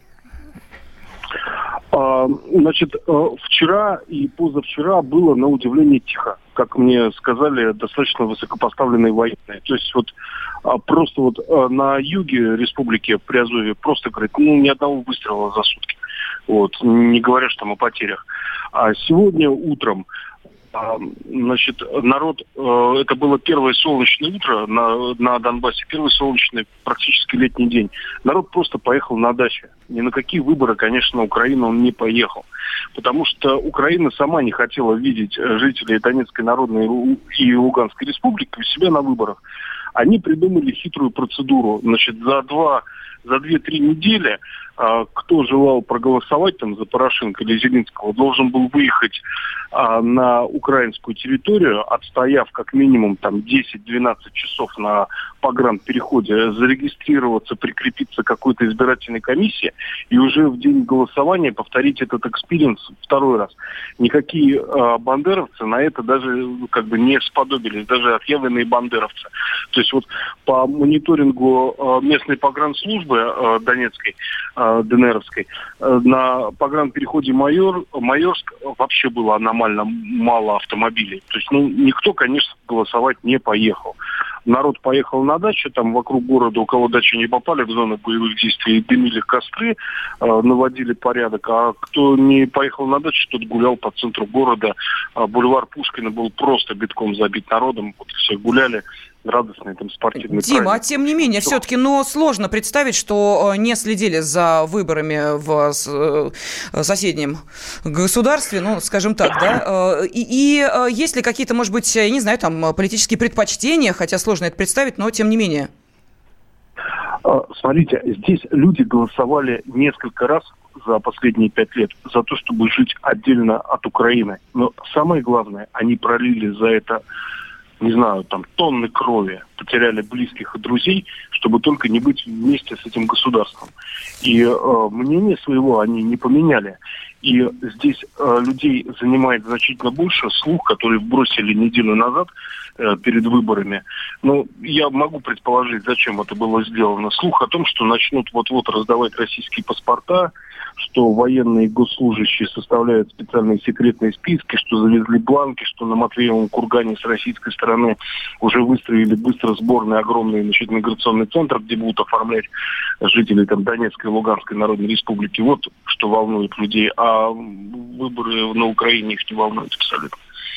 Значит, вчера и позавчера было, на удивление, тихо. Как мне сказали, достаточно высокопоставленные военные. То есть вот просто вот на юге республики Приазовье просто, говорит, ну, ни одного выстрела за сутки. Вот, не говоря что там о потерях. А сегодня утром, значит, народ, это было первое солнечное утро на, на Донбассе, первый солнечный практически летний день. Народ просто поехал на дачу. Ни на какие выборы, конечно, на Украину он не поехал. Потому что Украина сама не хотела видеть жителей Донецкой Народной и Луганской Республики у себя на выборах. Они придумали хитрую процедуру. Значит, за два, за две-три недели кто желал проголосовать там за Порошенко или Зеленского, должен был выехать а, на украинскую территорию, отстояв как минимум там десять-двенадцать часов на погранпереходе, зарегистрироваться, прикрепиться к какой-то избирательной комиссии и уже в день голосования повторить этот экспириенс второй раз. Никакие а, бандеровцы на это даже как бы не сподобились, даже отъявленные бандеровцы. То есть вот по мониторингу а, местной погранслужбы а, Донецкой, а, ДНРовской, на погранпереходе Майор, Майорск вообще было аномально мало автомобилей. То есть, ну, никто, конечно, голосовать не поехал. Народ поехал на дачу, там вокруг города, у кого дачи не попали в зону боевых действий, дымили костры, э, наводили порядок. А кто не поехал на дачу, тот гулял по центру города. А бульвар Пушкина был просто битком забит народом. Вот все гуляли. Радостные там спортивные Дима, праздники. А тем не менее, что? все-таки, но сложно представить, что не следили за выборами в соседнем государстве, ну, скажем так, да, и, и есть ли какие-то, может быть, я не знаю, там, политические предпочтения, хотя сложно это представить, но тем не менее. Смотрите, здесь люди голосовали несколько раз за последние пять лет за то, чтобы жить отдельно от Украины. Но самое главное, они пролили за это, не знаю, там, тонны крови, потеряли близких и друзей, чтобы только не быть вместе с этим государством. И э, мнение своего они не поменяли. И здесь э, людей занимает значительно больше слух, который бросили неделю назад э, перед выборами. Но я могу предположить, зачем это было сделано. Слух о том, что начнут вот-вот раздавать российские паспорта, что военные госслужащие составляют специальные секретные списки, что завезли бланки, что на Матвеевом кургане с российской стороны уже выстроили быстро сборный огромный, значит, миграционный центр, где будут оформлять жителей там Донецкой и Луганской Народной Республики. Вот что волнует людей. А выборы на Украине их не волнуют абсолютно.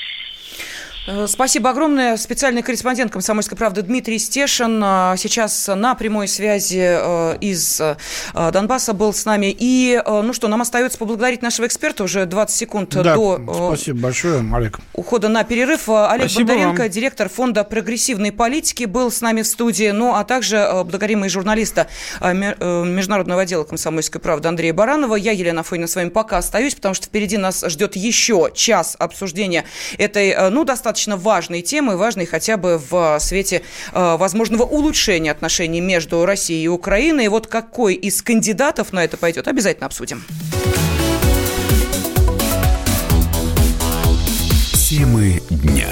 Спасибо огромное. Специальный корреспондент «Комсомольской правды» Дмитрий Стешин сейчас на прямой связи из Донбасса был с нами. И, ну что, нам остается поблагодарить нашего эксперта. Уже двадцать секунд да, до спасибо большое, Олег. Ухода на перерыв. Олег Спасибо Бондаренко, вам. Директор фонда прогрессивной политики, был с нами в студии. Ну, а также благодарим и журналиста международного отдела «Комсомольской правды» Андрея Баранова. Я, Елена Афонина, с вами пока остаюсь, потому что впереди нас ждет еще час обсуждения этой, ну, достаточно достаточно важной темы, важной хотя бы в свете э, возможного улучшения отношений между Россией и Украиной. И вот какой из кандидатов на это пойдет, обязательно обсудим. Темы дня.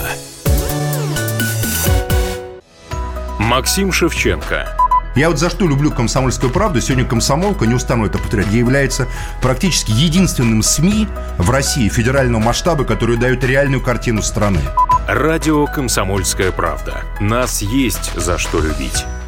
Максим Шевченко. Я вот за что люблю «Комсомольскую правду». Сегодня «Комсомолка», не устану это повторять, является практически единственным СМИ в России федерального масштаба, который дает реальную картину страны. Радио «Комсомольская правда». Нас есть за что любить.